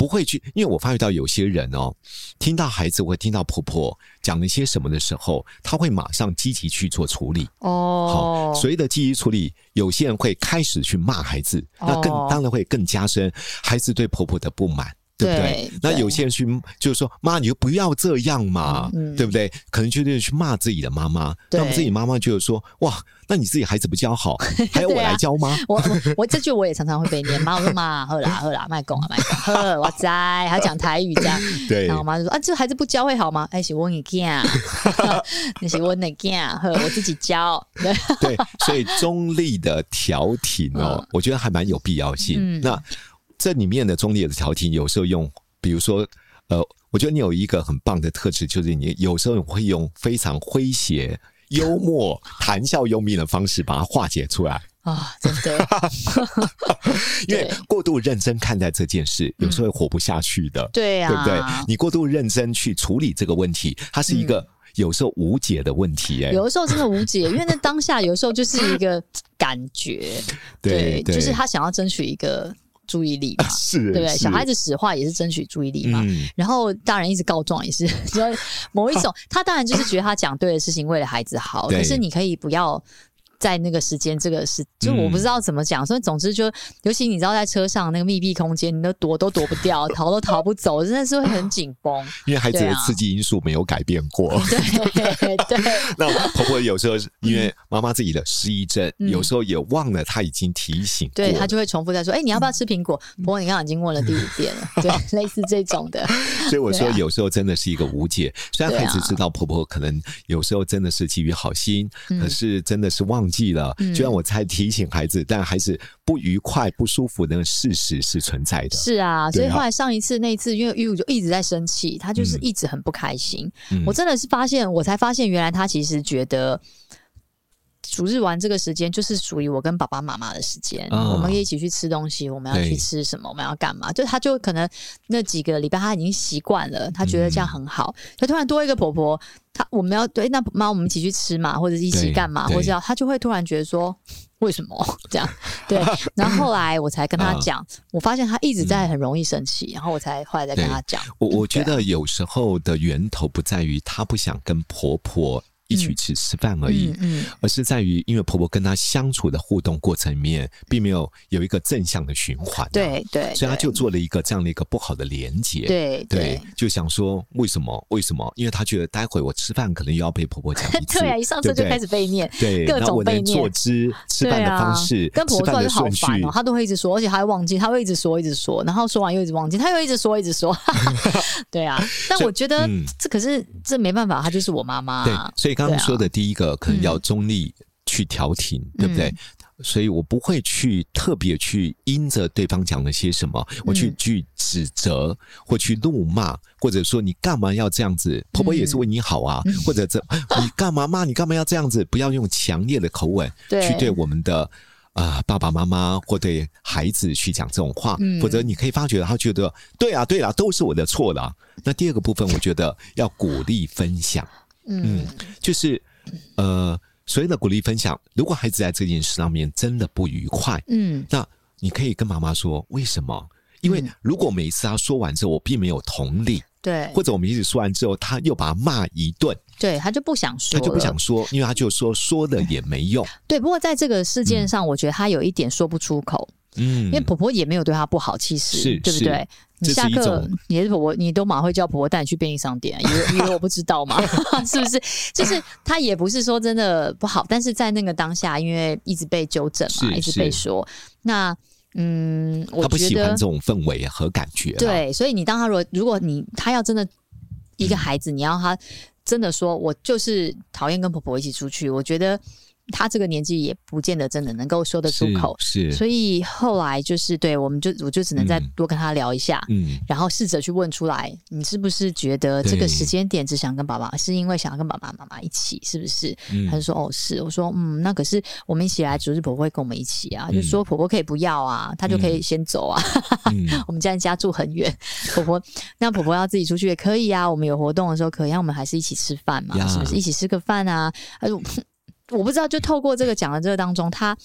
不会去，因为我发觉到有些人哦，听到孩子或听到婆婆讲了些什么的时候，他会马上积极去做处理。好，所谓的积极处理，有些人会开始去骂孩子，那当然会更加深孩子对婆婆的不满。对不对？那有些人去就是说，妈，你就不要这样嘛，对不对？可能就是去骂自己的妈妈，那么自己妈妈就是说，哇，那你自己孩子不教好，还要我来教吗？ 我这句我也常常会被念，妈，我说妈，好啦，卖讲啊，呵，我知，还要讲台语这样。对，然后我妈就说啊，这孩子不教会好吗？哎，是我的囝，那是我的囝，呵，我自己教。 对，所以中立的调停哦，我觉得还蛮有必要性。那这里面的中立的调停，有时候用，比如说，我觉得你有一个很棒的特质，就是你有时候会用非常诙谐、幽默、谈笑幽冥的方式把它化解出来啊，真的。 因为过度认真看待这件事，有时候会活不下去的， 对啊， 对不对？你过度认真去处理这个问题，它是一个有时候无解的问题，有的时候真的无解，因为那当下有时候就是一个感觉，对，就是他想要争取一个注意力嘛， 是， 对不对？小孩子使坏也是争取注意力嘛，然后大人一直告状也是，某一种，他当然就是觉得他讲对的事情，为了孩子好，可是你可以不要在那个时间，这个是就我不知道怎么讲，所以总之就，尤其你知道在车上那个密闭空间，你都躲不掉，逃都逃不走，真的是会很紧绷。 因为孩子的刺激因素没有改变过。 对。 那婆婆有时候因为妈妈自己的失忆症，有时候也忘了她已经提醒过， 对，她就会重复在说：“哎，你要不要吃苹果？”婆婆，你刚刚已经问了第5遍了，对，类似这种的。 所以我说有时候真的是一个无解。虽然孩子知道婆婆可能有时候真的是基于好心，可是真的是忘记了，就让我才提醒孩子，但还是不愉快、不舒服的事实是存在的。 是啊，所以后来上一次那一次，因为玉就一直在生气，他就是一直很不开心。我真的是我才发现，原来他其实觉得主日玩这个时间就是属于我跟爸爸妈妈的时间，我们一起去吃东西，我们要去吃什么，我们要干嘛？就他就可能那几个礼拜他已经习惯了，他觉得这样很好。就突然多一个婆婆，我们要对那妈我们一起去吃嘛，或者一起干嘛，或者他就会突然觉得说为什么这样？对，然后后来我才跟他讲，我发现他一直在很容易生气，然后我才后来再跟他讲。 我觉得有时候的源头不在于他不想跟婆婆一起去吃饭而已，而是在于因为婆婆跟她相处的互动过程里面，并没有一个正向的循环， 对， 所以她就做了一个这样的一个不好的连结，对，就想说为什么？因为她觉得待会我吃饭可能又要被婆婆讲一次， 对啊，一上车就开始被念， 对， 各种被念， 坐姿、吃饭的方式， 跟婆婆说就好烦哦，她都会一直说，而且还会忘记，她会一直说，然后说完又一直忘记，她又一直说，对啊，但我觉得可是这没办法，她就是我妈妈， 对，所以刚刚说的第一个可能要中立去调停，对不对？所以我不会去特别去因着对方讲了些什么，我去指责或去怒骂，或者说你干嘛要这样子？婆婆也是为你好啊，或者你干嘛妈？你干嘛要这样子？不要用强烈的口吻去对我们的爸爸妈妈或对孩子去讲这种话，否则你可以发觉他觉得对啊，都是我的错啦。那第二个部分，我觉得要鼓励分享。就是所谓的鼓励分享，如果孩子在这件事上面真的不愉快，那你可以跟妈妈说为什么？因为如果每一次他说完之后我并没有同理， 对， 或者我们一起说完之后他又把他骂一顿， 对，他就不想说， 因为他就说了也没用。对， 不过在这个事件上，我觉得他有一点说不出口，因为婆婆也没有对他不好，其实对不对？你下课你是婆婆，你都马会叫婆婆带你去便利商店，以为我不知道吗？是不是？就是他也不是说真的不好，但是在那个当下，因为一直被纠正嘛，一直被说，那我觉得他不喜欢这种氛围和感觉。 对，所以你当他如果他要真的一个孩子，你要他真的说我就是讨厌跟婆婆一起出去，我觉得他这个年纪也不见得真的能够说得出口， 是，所以后来就是对，我就只能再多跟他聊一下，然后试着去问出来，你是不是觉得这个时间点只想跟爸爸，是因为想要跟爸爸妈妈一起，是不是？他就说哦是，我说那可是我们一起来，主日婆婆会跟我们一起啊，就说婆婆可以不要啊，她就可以先走啊，我们家住很远，婆婆要自己出去也可以啊，我们有活动的时候可以，我们还是一起吃饭嘛，是不是？一起吃个饭啊，我不知道，就透过这个讲的这个当中，他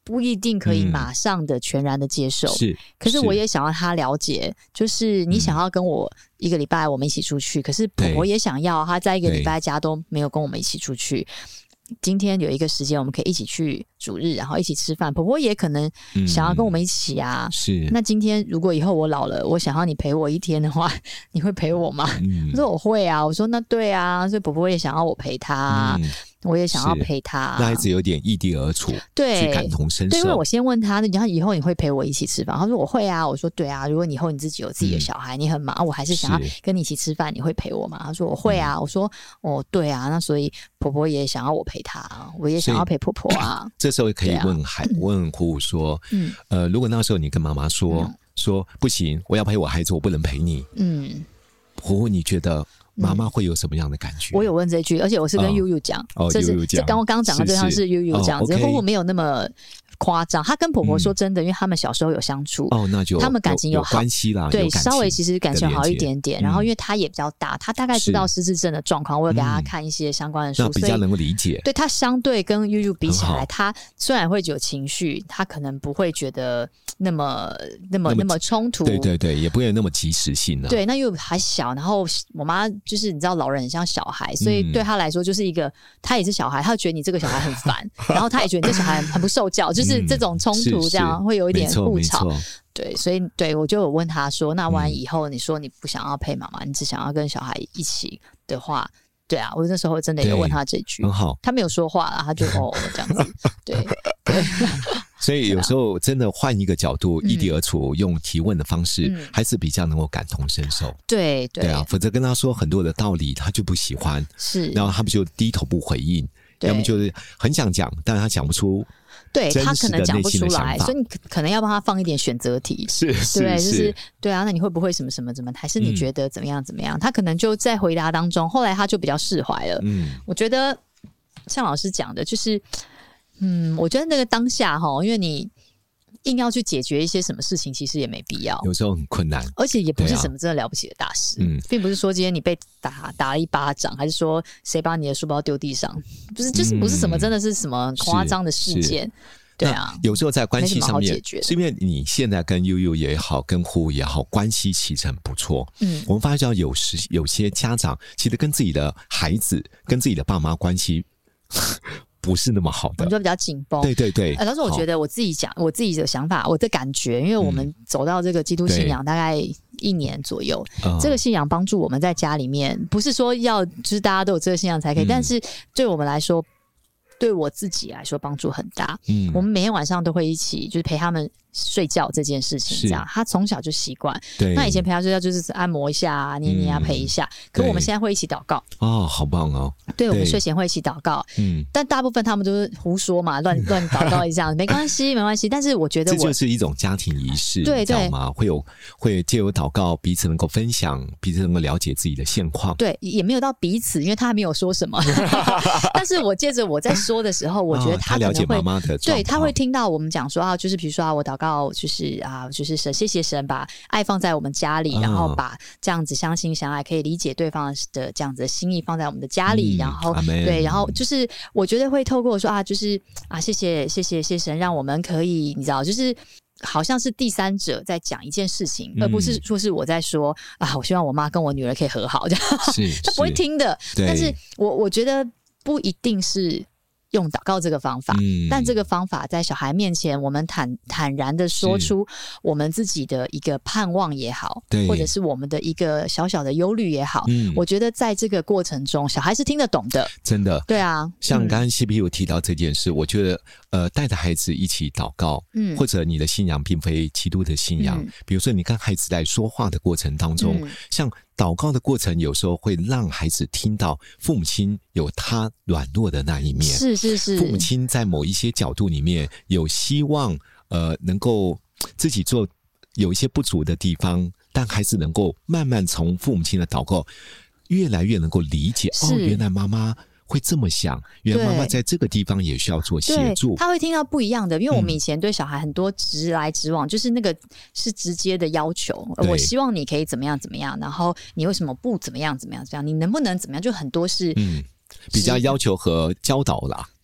不一定可以马上的全然的接受， 是， 可是我也想要他了解，就是你想要跟我一个礼拜我们一起出去，可是婆婆也想要他在一个礼拜家都没有跟我们一起出去。今天有一个时间，我们可以一起去主日，然后一起吃饭。婆婆也可能想要跟我们一起啊。 是。 那今天如果以后我老了，我想要你陪我一天的话，你会陪我吗？我说我会啊。我说那对啊，所以婆婆也想要我陪她啊。我也想要陪他， 那孩子有点异地而处， 对， 去感同身受。 对，因为我先问他，然后以后你会陪我一起吃饭？他说我会啊。我说对啊，如果以后你自己有自己的小孩，你很忙，我还是想要跟你一起吃饭，你会陪我吗？他说我会啊。我说哦，对啊，那所以婆婆也想要我陪她，我也想要陪婆婆啊。 这时候可以问虎虎说，如果那时候你跟妈妈说不行，我要陪我孩子，我不能陪你，虎虎你觉得？妈妈会有什么样的感觉？ 我有问这句，而且我是跟悠悠讲，这刚刚讲的对象是悠悠讲，只是虎虎没有那么夸张。他跟婆婆说真的，因为他们小时候有相处， 那就他们感情有好关系啦， 对，稍微其实感情好一点点。然后因为他也比较大，他大概知道失智症的状况，我有给他看一些相关的书， 那比较能够理解。 对，他相对跟悠悠比起来，他虽然会有情绪，他可能不会觉得那么冲突， 对对对，也不会有那么及时性的。 对，那又还小，然后我妈就是你知道老人很像小孩，所以对他来说就是一个，他也是小孩，他觉得你这个小孩很烦，然后他也觉得你这小孩很不受教，就是这种冲突这样会有一点互吵。对，所以对我就有问他说，那万一以后你说你不想要陪妈妈，你只想要跟小孩一起的话，对啊，我那时候真的有问他这句， 很好， 他没有说话了，他就这样子，对对。 所以有时候真的换一个角度，异地而处，用提问的方式，还是比较能够感同身受。 对对啊，否则跟他说很多的道理，他就不喜欢， 是， 然后他们就低头不回应，要么就是很想讲，但是他讲不出。 对，他可能讲不出来，所以你可能要帮他放一点选择题， 是， 对，就是对啊，那你会不会什么什么怎么，还是你觉得怎么样怎么样？他可能就在回答当中，后来他就比较释怀了。我觉得像老师讲的，就是我觉得那个当下因为你硬要去解决一些什么事情，其实也没必要， 有时候很困难， 而且也不是什么真的了不起的大事。并不是说今天你被打了一巴掌，还是说谁把你的书包丢地上，就是不是什么真的是什么夸张的事件。对啊， 有时候在关系上面，是因为你现在跟悠悠也好，跟虎虎也好，关系其实很不错。我们发现有些家长其实跟自己的孩子、跟自己的爸妈关系不是那么好的， 你就比较紧绷。 对对对。 但是我觉得我自己讲我自己的想法，我的感觉，因为我们走到这个基督信仰大概1年左右，这个信仰帮助我们在家里面，不是说就是大家都有这个信仰才可以，但是对我们来说。对我自己来说帮助很大。我们每天晚上都会一起就是陪他们睡觉这件事情，这样他从小就习惯。那以前陪他睡觉就是按摩一下、捏捏啊，陪一下。可我们现在会一起祷告。好棒哦！对，我们睡前会一起祷告。但大部分他们都是胡说嘛，乱祷告一下，没关系，没关系。但是我觉得这就是一种家庭仪式，你知道吗？会借由祷告，彼此能够分享，彼此能够了解自己的现况。 对，也没有到彼此，因为他还没有说什么。但是我借着我在说的时候，我觉得他可能会了解妈妈的状况， 对，他会听到我们讲说就是比如说我祷告，就是神，谢谢神把爱放在我们家里，然后把这样子相亲相爱，可以理解对方的这样子的心意放在我们的家里，然后对，然后就是我觉得会透过说就是谢谢神，让我们可以你知道，就是好像是第三者在讲一件事情，而不是说是我在说我希望我妈跟我女儿可以和好，这样他不会听的。但是我觉得不一定是用祷告这个方法，但这个方法在小孩面前，我们坦然的说出我们自己的一个盼望也好，或者是我们的一个小小的忧虑也好，我觉得在这个过程中，小孩是听得懂的， 真的。 对啊， 像刚刚 CPU 提到这件事，我觉得带着孩子一起祷告，或者你的信仰并非基督的信仰，比如说你跟孩子在说话的过程当中，像祷告的过程有时候会让孩子听到父母亲有他软弱的那一面，是父母亲在某一些角度里面有希望能够自己做有一些不足的地方，但孩子能够慢慢从父母亲的祷告越来越能够理解，原来妈妈会这么想，原来妈妈在这个地方也需要做协助。他会听到不一样的，因为我们以前对小孩很多直来直往，就是那个是直接的要求，我希望你可以怎么样怎么样，然后你为什么不怎么样怎么样怎么样，你能不能怎么样，就很多是比较要求和教导啦。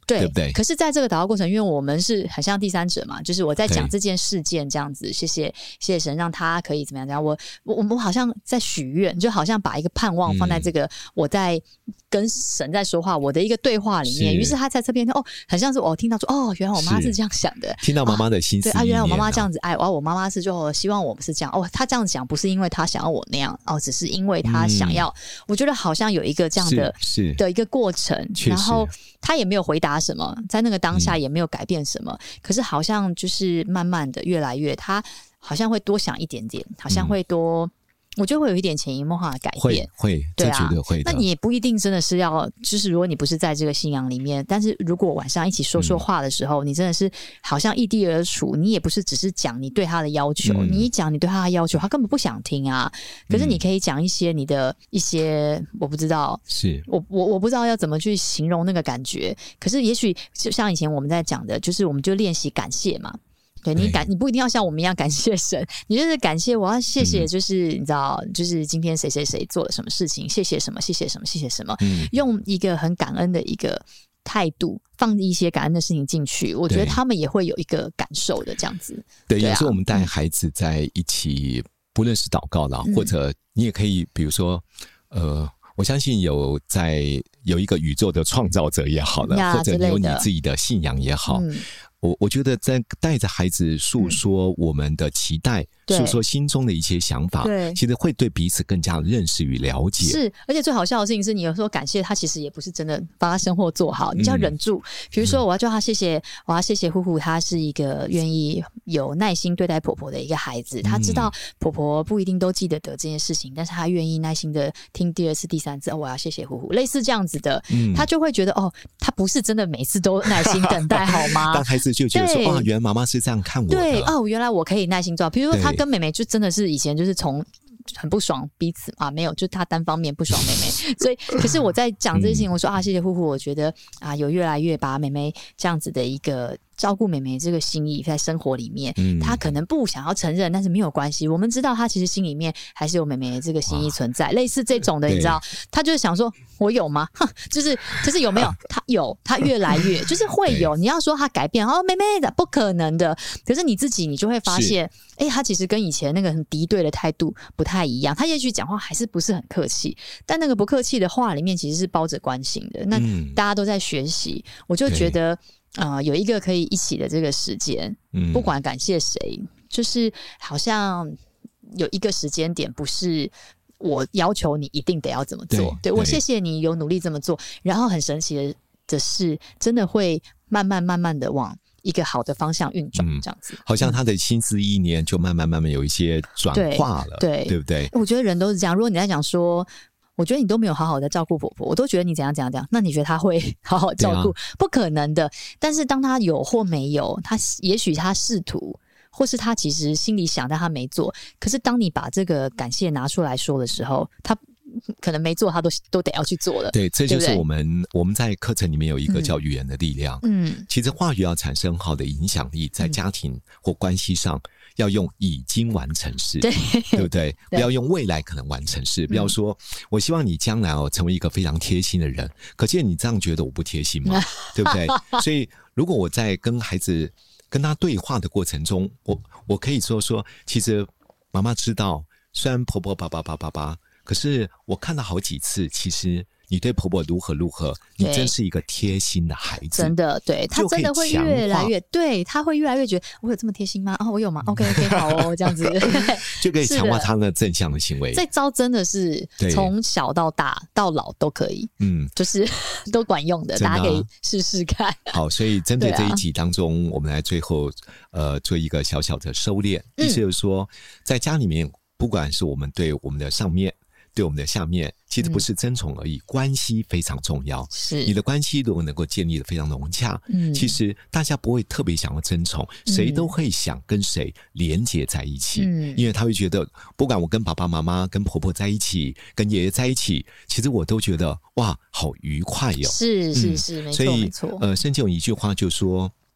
对不对？ 可是在这个祷告过程，因为我们是很像第三者嘛，就是我在讲这件事件这样子，谢谢神让他可以怎么样怎么样，我好像在许愿，就好像把一个盼望放在这个我在跟神在说话我的一个对话里面，于是他在这边很像是我听到说原来我妈是这样想的， 听到妈妈的心思意念， 对原来我妈妈这样子爱我，我妈妈是就希望我们是这样她这样讲不是因为她想要我那样只是因为她想要，我觉得好像有一个这样的一个过程，然后她也没有回答什么，在那个当下也没有改变什么，可是好像就是慢慢的越来越，她好像会多想一点点，好像会多。我觉得会有一点潜移默化的改变， 会，这绝对会的。 那你也不一定真的是要，就是如果你不是在这个信仰里面，但是如果晚上一起说话的时候，你真的是好像异地而处，你也不是只是讲你对他的要求，你一讲你对他的要求，他根本不想听啊。可是你可以讲一些你的一些，我不知道， 是我不知道要怎么去形容那个感觉。可是也许就像以前我们在讲的，就是我们就练习感谢嘛。对你不一定要像我们一样感谢神，你就是感谢我要谢谢，就是你知道，就是今天谁谁谁做了什么事情，谢谢什么，谢谢什么，谢谢什么，用一个很感恩的一个态度，放一些感恩的事情进去，我觉得他们也会有一个感受的这样子。 对，有时候我们带孩子在一起，不论是祷告啦，或者你也可以，比如说，我相信有一个宇宙的创造者也好了，或者你有你自己的信仰也好。我觉得在带着孩子诉说我们的期待，诉说心中的一些想法，其实会对彼此更加认识与了解。是， 而且最好笑的事情是，你有时候感谢他，其实也不是真的把他生活做好，你就要忍住。比如说，我要叫他谢谢，我要谢谢呼呼，他是一个愿意有耐心对待婆婆的一个孩子。他知道婆婆不一定都记得这件事情，但是他愿意耐心的听第二次、第三次。我要谢谢呼呼，类似这样子的，他就会觉得他不是真的每次都耐心等待，好吗？ 当孩子就觉得说原来妈妈是这样看我的， 对原来我可以耐心做。比如说他跟妹妹就真的是以前就是从很不爽彼此没有，就他单方面不爽妹妹，所以可是我在讲这些事情，我说谢谢呼呼，我觉得有越来越把妹妹这样子的一个照顾妹妹这个心意在生活里面，他可能不想要承认，但是没有关系，我们知道他其实心里面还是有妹妹的这个心意存在，类似这种的，你知道，他就是想说我有吗？就是有没有？他有，他越来越就是会有。你要说他改变妹妹的不可能的，可是你自己你就会发现，他其实跟以前那个很敌对的态度不太一样。他也许讲话还是不是很客气，但那个不客气的话里面其实是包着关心的。那大家都在学习，我就觉得。有一个可以一起的这个时间，不管感谢谁，就是好像有一个时间点，不是我要求你一定得要怎么做，对我谢谢你有努力这么做，然后很神奇的是，真的会慢慢的往一个好的方向运转，这样子， 好像他的心思意念就慢慢有一些转化了，对不对？ 我觉得人都是这样。如果你在讲说。我觉得你都没有好好的照顾婆婆，我都觉得你怎样，那你觉得他会好好照顾？不可能的。但是当他有或没有，他也许他试图，或是他其实心里想，但他没做。可是当你把这个感谢拿出来说的时候，他可能没做，他都得要去做了。 对，这就是我们在课程里面有一个叫语言的力量。其实话语要产生好的影响力，在家庭或关系上。要用已经完成式，对不对？不要用未来可能完成式，不要说我希望你将来成为一个非常贴心的人，可见你这样觉得我不贴心吗？对不对？所以如果我在跟孩子跟他对话的过程中，我可以说其实妈妈知道，虽然婆婆爸，可是我看到好几次，其实你对婆婆如何，你真是一个贴心的孩子， 真的，对，他真的会越来越，对，他会越来越觉得我有这么贴心吗？我有吗 ？OK， 好哦，这样子就可以强化他的正向的行为。 这招真的是从小到大到老都可以，就是都管用的，大家可以试试看。 好，所以针对这一集当中，我们来最后做一个小小的收敛，意思就是说，在家里面，不管是我们对我们的上面。对我们的下面，其实不是争宠而已，关系非常重要。是你的关系如果能够建立得非常融洽，其实大家不会特别想要争宠，谁都会想跟谁连结在一起，因为他会觉得，不管我跟爸爸妈妈、跟婆婆在一起、跟爷爷在一起，其实我都觉得哇，好愉快哟。 是，没错，没错。 圣经有一句话就说，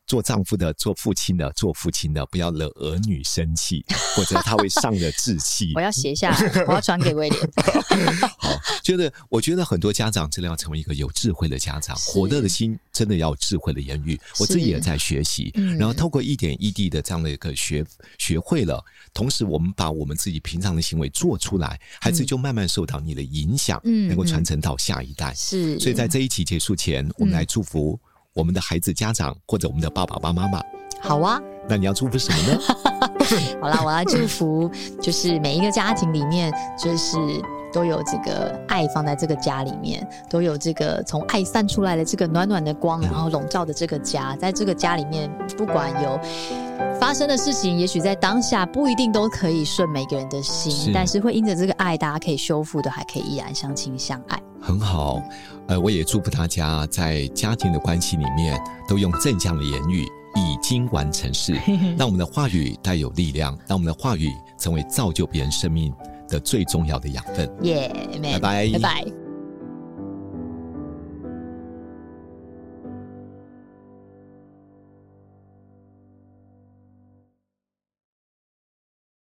做丈夫的、做父亲的、做父亲的，不要惹儿女生气，或者他会上了志气。 我要写下来，我要传给威廉。 好，我觉得很多家长真的要成为一个有智慧的家长，火热的心真的要有智慧的言语。我自己也在学习，然后透过一点一滴的这样的一个学会了，同时我们把我们自己平常的行为做出来，孩子就慢慢受到你的影响，能够传承到下一代。 是， 所以在这一期结束前，我们来祝福我们的孩子、家长或者我们的爸爸妈妈。 好啊， 那你要祝福什么呢？ 好啦，我要祝福，就是每一个家庭里面，就是都有这个爱放在这个家里面，都有这个从爱散出来的这个暖暖的光，然后笼罩的这个家，在这个家里面，不管有发生的事情，也许在当下不一定都可以顺每个人的心，但是会因着这个爱，大家可以修复的，还可以依然相亲相爱。 很好，我也祝福大家在家庭的关系里面都用正向的言语已经完成事，让我们的话语带有力量，让我们的话语成为造就别人生命的最重要的养分。 耶， 拜拜， 拜拜。